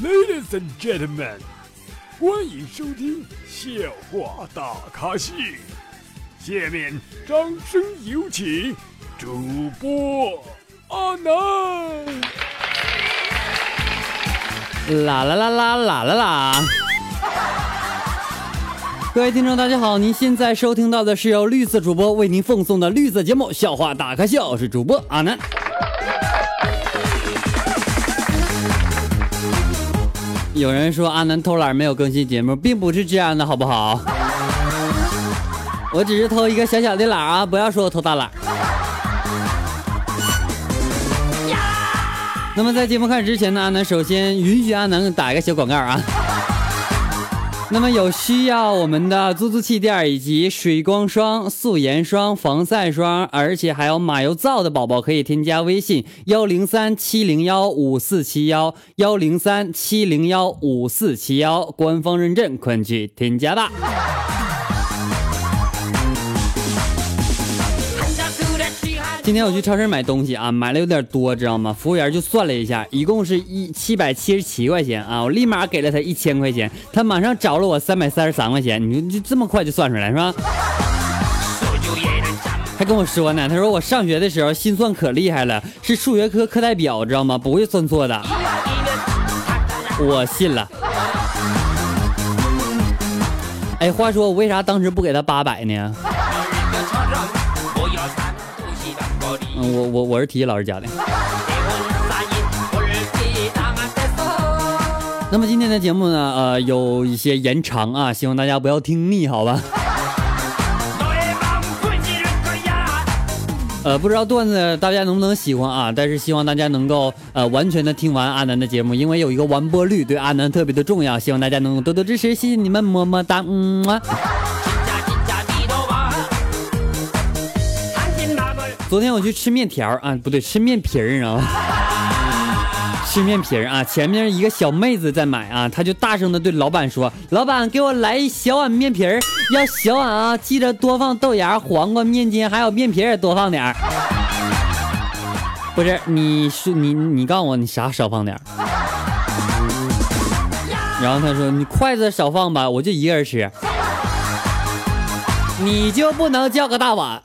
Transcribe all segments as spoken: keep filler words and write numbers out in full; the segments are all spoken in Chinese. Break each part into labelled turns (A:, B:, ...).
A: Ladies and gentlemen， 欢迎收听笑话大咖秀。下面掌声有请主播阿南。
B: 啦啦啦啦啦啦啦！各位听众大家好，您现在收听到的是由绿色主播为您奉送的绿色节目笑话大咖秀，我是主播阿南。有人说阿南偷懒没有更新节目，并不是这样的，好不好？我只是偷一个小小的懒啊，不要说我偷大懒。那么在节目开始之前呢，阿南首先允许阿南打一个小广告啊。那么有需要我们的租租气垫以及水光霜、素颜霜、防晒霜，而且还有马油皂的宝宝，可以添加微信幺零三七零幺五四七幺幺零三七零幺五四七幺，官方认证，快去添加吧。今天我去超市买东西啊，买了有点多，知道吗？服务员就算了一下，一共是一七百七十七块钱啊，我立马给了他一千块钱，他马上找了我三百三十三块钱，你就这么快就算出来是吧？还跟我说呢，他说我上学的时候心算可厉害了，是数学科课代表，知道吗？不会算错的。我信了。哎，话说我为啥当时不给他八百呢？嗯，我我我是体育老师教的。那么今天的节目呢，呃，有一些延长啊，希望大家不要听腻，好吧？呃，不知道段子大家能不能喜欢啊？但是希望大家能够呃完全的听完阿南的节目，因为有一个完播率对阿南特别的重要，希望大家能够多多支持，谢谢你们，么么哒，嗯啊。昨天我去吃面条啊，不对，吃面皮儿啊，吃面皮儿啊。前面一个小妹子在买啊，她就大声的对老板说：“老板，给我来一小碗面皮儿，要小碗啊，记得多放豆芽、黄瓜、面筋，还有面皮也多放点儿。”不是，你说你你告诉我你啥少放点儿？然后他说：“你筷子少放吧，我就一个人吃，你就不能叫个大碗？”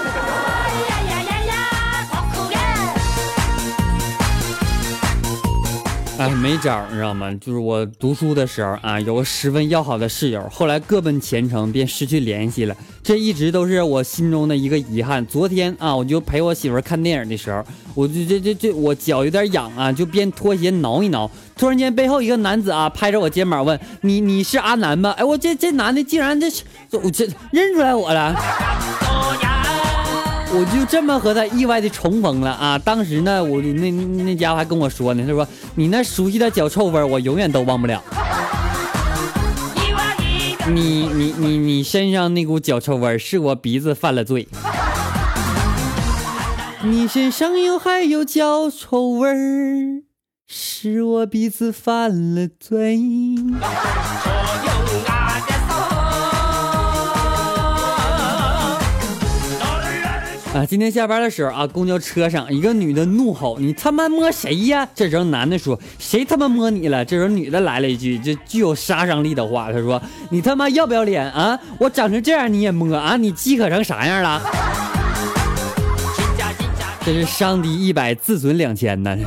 B: 哎，没招，你知道吗？就是我读书的时候啊，有个十分要好的室友，后来各奔前程，便失去联系了。这一直都是我心中的一个遗憾。昨天啊，我就陪我媳妇看电影的时候，我就这这这，我脚有点痒啊，就边脱鞋挠一挠。突然间，背后一个男子啊，拍着我肩膀问：“你你是阿南吗？”哎，我这这男的竟然这我这认出来我了。我就这么和他意外的重逢了啊！当时呢，我那那家伙还跟我说呢，他说：“你那熟悉的脚臭味，我永远都忘不了。你你你你身上那股脚臭味，是我鼻子犯了罪。你身上有还有脚臭味，是我鼻子犯了罪。”啊，今天下班的时候啊，公交车上一个女的怒吼：“你他妈摸谁呀？”这时候男的说：“谁他妈摸你了？”这时候女的来了一句就具有杀伤力的话，她说：“你他妈要不要脸啊？我长成这样你也摸啊？你饥渴成啥样了？”这是伤敌一百自损两千呢。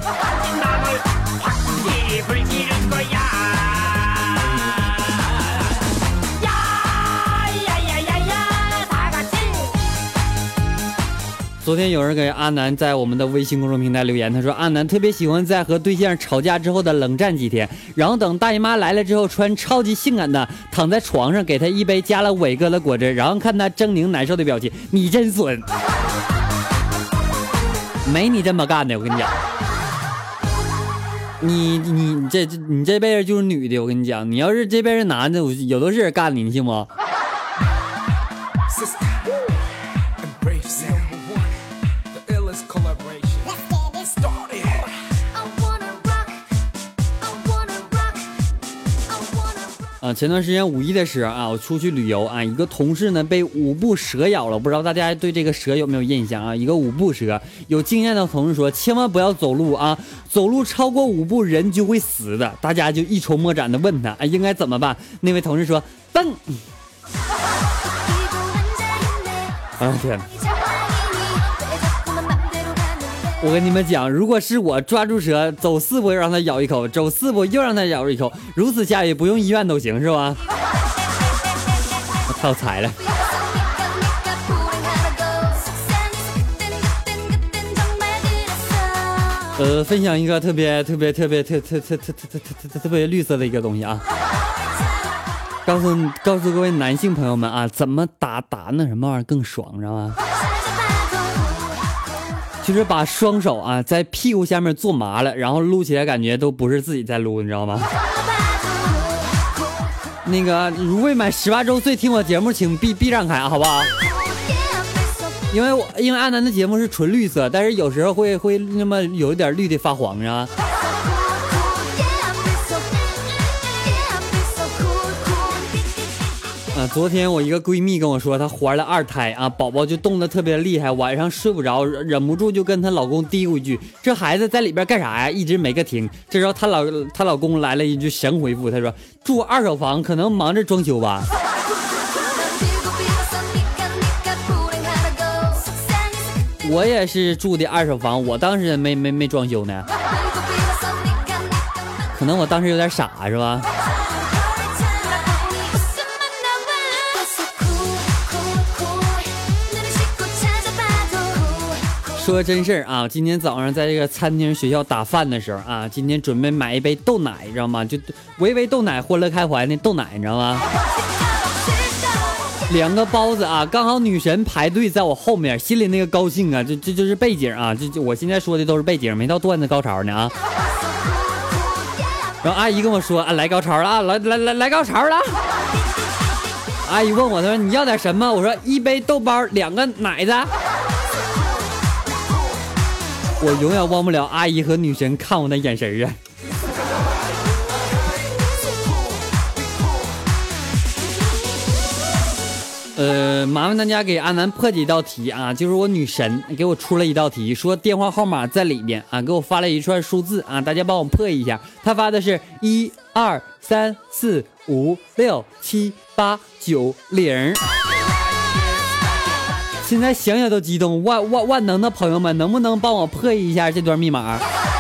B: 昨天有人给阿南在我们的微信公众平台留言，他说阿南特别喜欢在和对象吵架之后的冷战几天，然后等大姨妈来了之后穿超级性感的躺在床上，给他一杯加了伟哥的果汁，然后看他狰狞难受的表情，你真损。没你这么干的，我跟你讲，你你你这你这辈子就是女的，我跟你讲，你要是这辈子男的，我有的是人干你，你信不？啊， 啊，前段时间五一的时候啊，我出去旅游啊，一个同事呢被五步蛇咬了，不知道大家对这个蛇有没有印象啊？一个五步蛇，有经验的同事说，千万不要走路啊，走路超过五步人就会死的。大家就一筹莫展的问他啊，应该怎么办？那位同事说，蹦。啊天哪！我跟你们讲，如果是我抓住蛇，走四步让它咬一口，走四步又让它咬一口，如此下去不用医院都行是吧？我太有才了。呃，分享一个特别特别特别特特特特特特特特别绿色的一个东西啊，告诉告诉各位男性朋友们啊，怎么打打那什么玩意儿更爽，知道吗？就是把双手啊在屁股下面做麻了，然后撸起来感觉都不是自己在撸，你知道吗？那个如未满十八周岁听我节目请避避让开啊，好不好？因为我因为阿南的节目是纯绿色，但是有时候会会那么有一点绿的发黄啊。啊，昨天我一个闺蜜跟我说，她怀了二胎啊，宝宝就动得特别厉害，晚上睡不着，忍不住就跟她老公嘀咕一句：“这孩子在里边干啥呀？”一直没个停。这时候她老她老公来了一句神回复，他说：“住二手房，可能忙着装修吧。”我也是住的二手房，我当时没没没装修呢，可能我当时有点傻，是吧？说真事儿啊，今天早上在这个餐厅学校打饭的时候啊，今天准备买一杯豆奶，你知道吗？就维维豆奶，欢乐开怀那豆奶，你知道吗？两个包子啊，刚好女神排队在我后面，心里那个高兴啊，这这就是背景啊，这这我现在说的都是背景，没到段子高潮呢啊。然后阿姨跟我说啊，来高潮了啊，来来来来高潮了。阿姨问我，她说你要点什么？我说一杯豆包，两个奶子。我永远忘不了阿姨和女神看我的眼神啊。呃，麻烦大家给阿南破几道题啊，就是我女神给我出了一道题，说电话号码在里边啊，给我发了一串数字啊，大家帮我破一下。她发的是一二三四五六七八九零。现在想想都激动，万万万能的朋友们，能不能帮我破一下这段密码？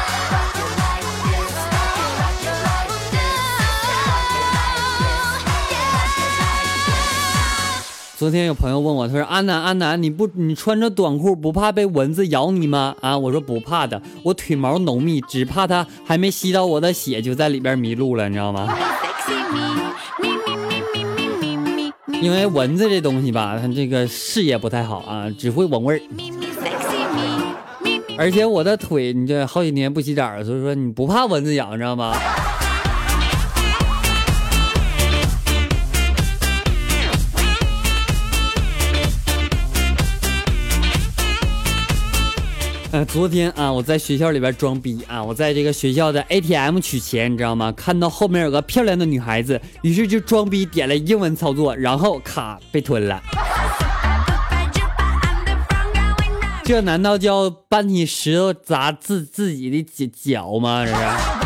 B: 昨天有朋友问我，他说安南安南，你不你穿着短裤不怕被蚊子咬你吗？啊，我说不怕的，我腿毛浓密，只怕它还没吸到我的血就在里边迷路了，你知道吗？因为蚊子这东西吧，它这个视野不太好啊，只会闻味儿。而且我的腿，你这好几年不洗澡，所以说你不怕蚊子咬，你知道吗？呃，昨天啊，我在学校里边装逼啊，我在这个学校的 A T M 取钱，你知道吗？看到后面有个漂亮的女孩子，于是就装逼点了英文操作，然后卡被吞了。这难道叫搬起石头砸自自己的脚脚吗？这是。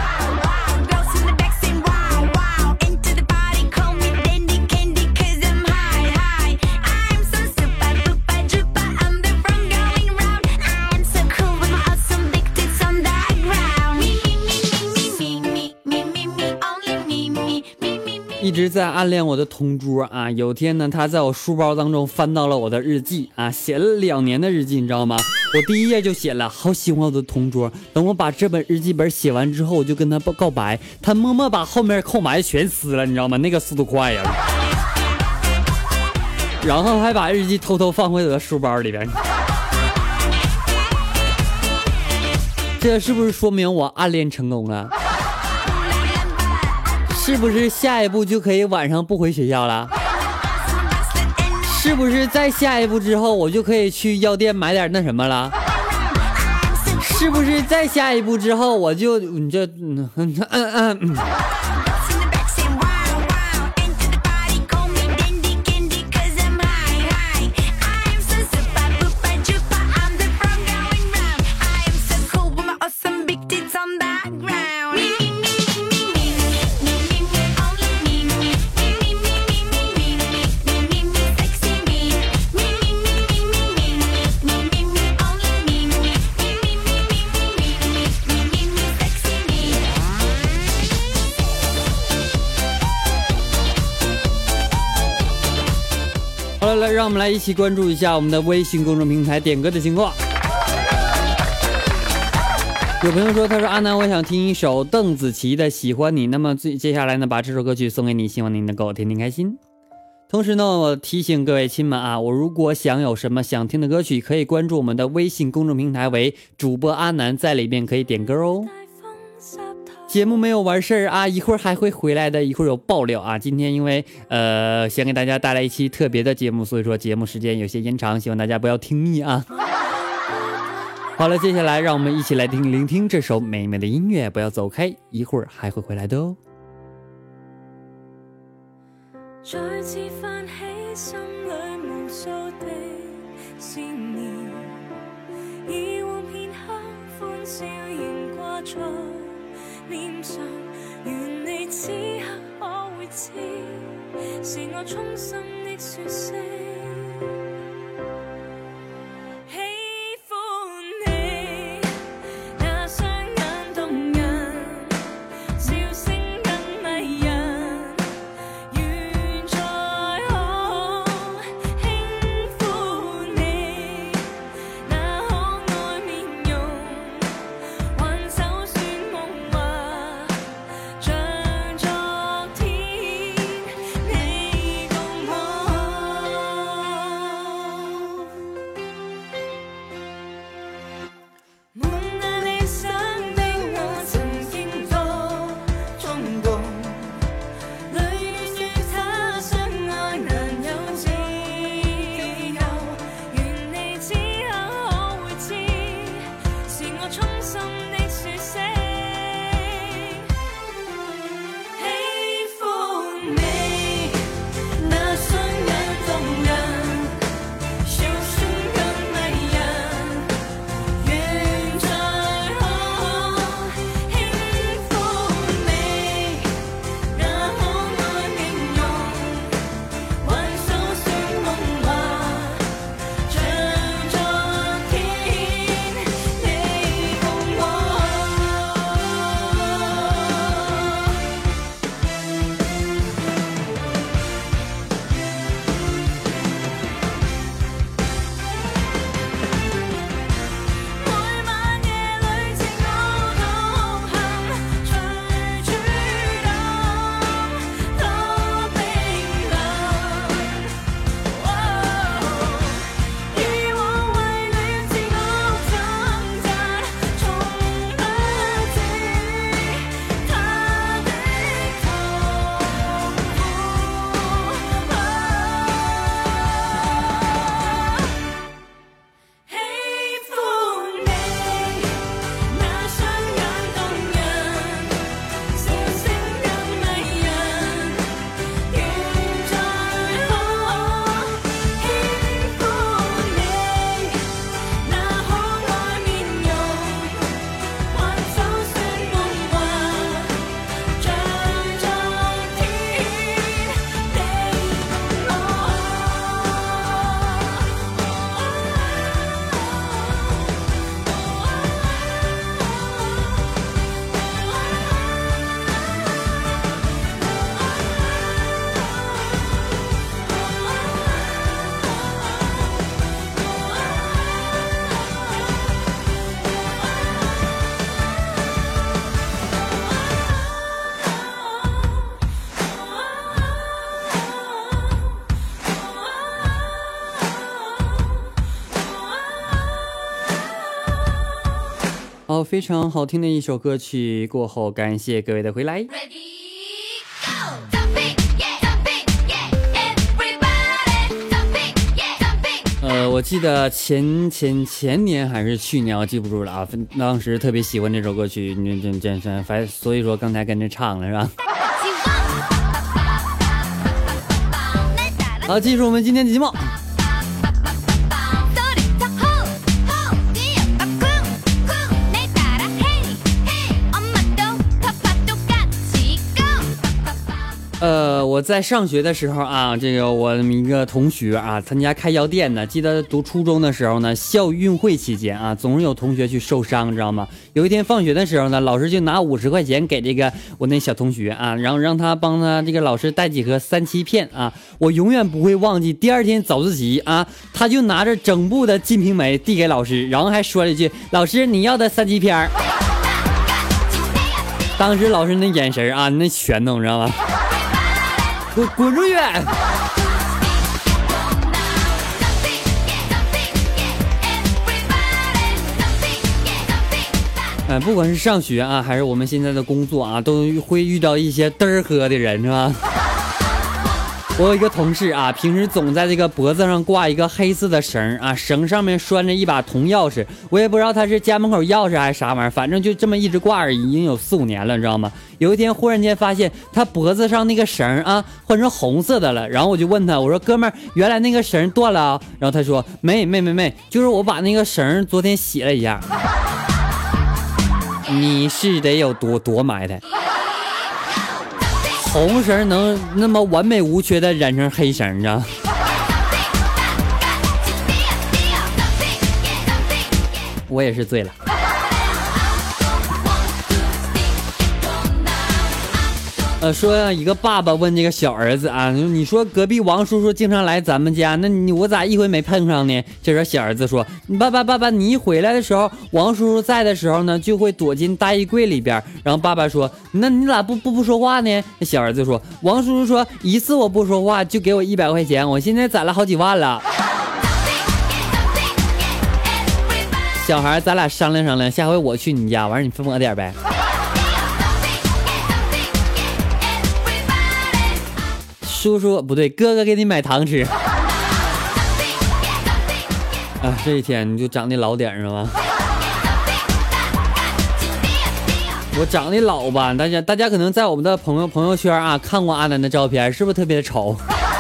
B: 一直在暗恋我的同桌啊，有天呢，他在我书包当中翻到了我的日记啊，写了两年的日记，你知道吗？我第一页就写了好喜欢我的同桌，等我把这本日记本写完之后，我就跟他告白，他默默把后面空白全撕了，你知道吗？那个速度快呀，然后还把日记偷偷放回我的书包里边。这是不是说明我暗恋成功了？是不是下一步就可以晚上不回学校了？是不是在下一步之后我就可以去药店买点那什么了？是不是在下一步之后我就你这嗯嗯嗯嗯了，让我们来一起关注一下我们的微信公众平台点歌的情况。有朋友说，他说阿南，我想听一首邓紫棋的《喜欢你》。那么接下来呢，把这首歌曲送给你，希望您能够天天开心。同时呢，我提醒各位亲们啊，我如果想有什么想听的歌曲，可以关注我们的微信公众平台为主播阿南，在里面可以点歌哦。节目没有完事儿啊，一会儿还会回来的，一会儿有爆料啊。今天因为呃想给大家带来一期特别的节目，所以说节目时间有些延长，希望大家不要听腻啊。好了，接下来让我们一起来听聆听这首美美的音乐，不要走开，一會兒還會回來的哦。
C: 再次泛起心裏無數的思念，以往片刻歡笑仍掛在臉上，願你此刻可會知，是我衷心的說聲。
B: 好，非常好听的一首歌曲过后，感谢各位的回来。呃，我记得前前前年还是去年，我记不住了啊。当时特别喜欢这首歌曲，你这这这，反正所以说刚才跟着唱了是吧？好，继续我们今天的节目。呃，我我在上学的时候啊，这个我一个同学啊，他家开药店呢。记得读初中的时候呢，校运会期间啊，总是有同学去受伤，知道吗？有一天放学的时候呢，老师就拿五十块钱给这个我那小同学啊，然后让他帮他这个老师带几盒三七片啊。我永远不会忘记，第二天早自习啊，他就拿着整部的《金瓶梅》递给老师，然后还说了一句：“老师，你要的三级片儿。”当时老师那眼神啊，那拳头，知道吗？滚滚出去！哎，不管是上学啊，还是我们现在的工作啊，都会遇到一些嘚儿喝的人，是吧？我有一个同事啊，平时总在这个脖子上挂一个黑色的绳啊，绳上面拴着一把铜钥匙，我也不知道他是家门口钥匙还是啥玩意儿，反正就这么一直挂着，已经有四五年了，知道吗？有一天忽然间发现他脖子上那个绳啊换成红色的了，然后我就问他，我说哥们儿，原来那个绳断了啊？然后他说没没没没，就是我把那个绳昨天洗了一下。你是得有多多埋汰？红绳能那么完美无缺的染成黑绳啊？我也是醉了。呃，说一个爸爸问这个小儿子啊，你说隔壁王叔叔经常来咱们家，那你我咋一回没碰上呢？这时候小儿子说，爸爸爸爸，你一回来的时候，王叔叔在的时候呢，就会躲进大衣柜里边。然后爸爸说，那你咋不不不说话呢？小儿子说，王叔叔说一次我不说话就给我一百块钱，我现在攒了好几万了。小孩，咱俩商量商量，下回我去你家，完事你分我点呗。叔叔不对，哥哥给你买糖吃。啊，这一天你就长得老点是吗？我长得老吧，大家大家可能在我们的朋友朋友圈啊看过阿南的照片，是不是特别的丑？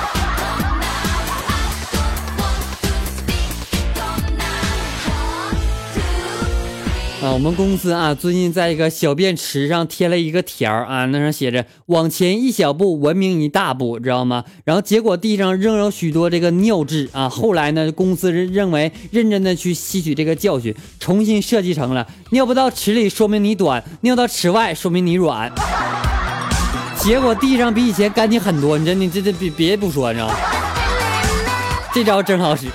B: 啊，我们公司啊，最近在一个小便池上贴了一个条啊，那上写着“往前一小步，文明一大步”，知道吗？然后结果地上仍有许多这个尿渍啊。后来呢，公司认为认真的去吸取这个教训，重新设计成了尿不到池里说明你短，尿到池外说明你软。结果地上比以前干净很多，你真的这这别别不说，你知道吗？这招真好使。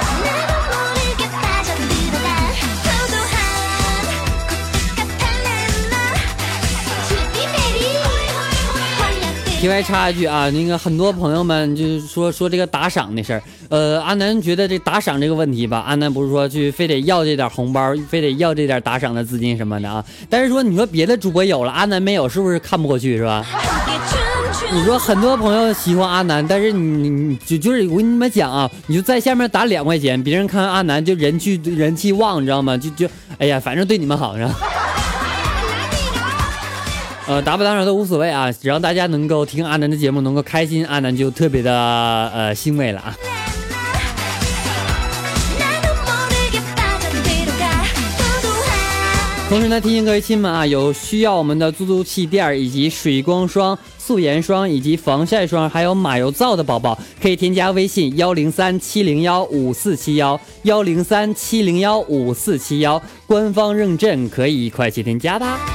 B: 题外插一句啊，那个很多朋友们就是说说这个打赏的事儿，呃，阿南觉得这打赏这个问题吧，阿南不是说去非得要这点红包，非得要这点打赏的资金什么的啊，但是说你说别的主播有了，阿南没有，是不是看不过去是吧？你说很多朋友喜欢阿南，但是你你就就是我跟你们讲啊，你就在下面打两块钱，别人看阿南就人气人气旺，你知道吗？就就哎呀，反正对你们好是吧？呃，打不打赏都无所谓啊，只要大家能够听阿南的节目，能够开心，阿南就特别的呃欣慰了啊。同时呢，提醒各位亲们啊，有需要我们的租租气垫以及水光霜、素颜霜以及防晒霜，还有马油皂的宝宝，可以添加微信幺零三七零幺五四七幺幺零三七零幺五四七幺，官方认证，可以快去添加吧。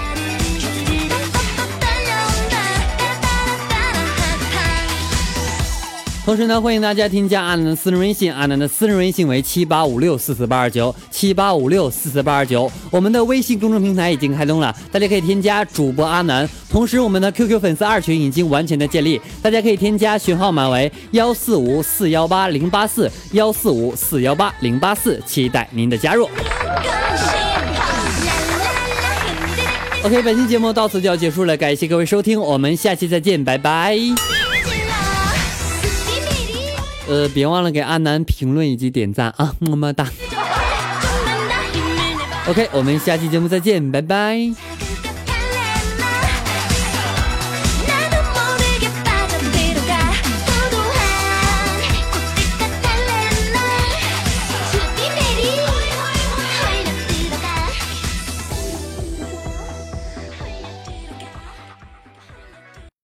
B: 同时呢，欢迎大家添加阿南的私人微信，阿南的私人微信为七八五六四四八二九七八五六四四八二九。我们的微信公众平台已经开通了，大家可以添加主播阿南。同时，我们的 Q Q 粉丝二群已经完全的建立，大家可以添加群号码为幺四五四幺八零八四幺四五四幺八零八四，期待您的加入。OK， 本期节目到此就要结束了，感谢各位收听，我们下期再见，拜拜。呃，别忘了给阿南评论以及点赞啊，么么哒。OK， 我们下期节目再见，拜拜。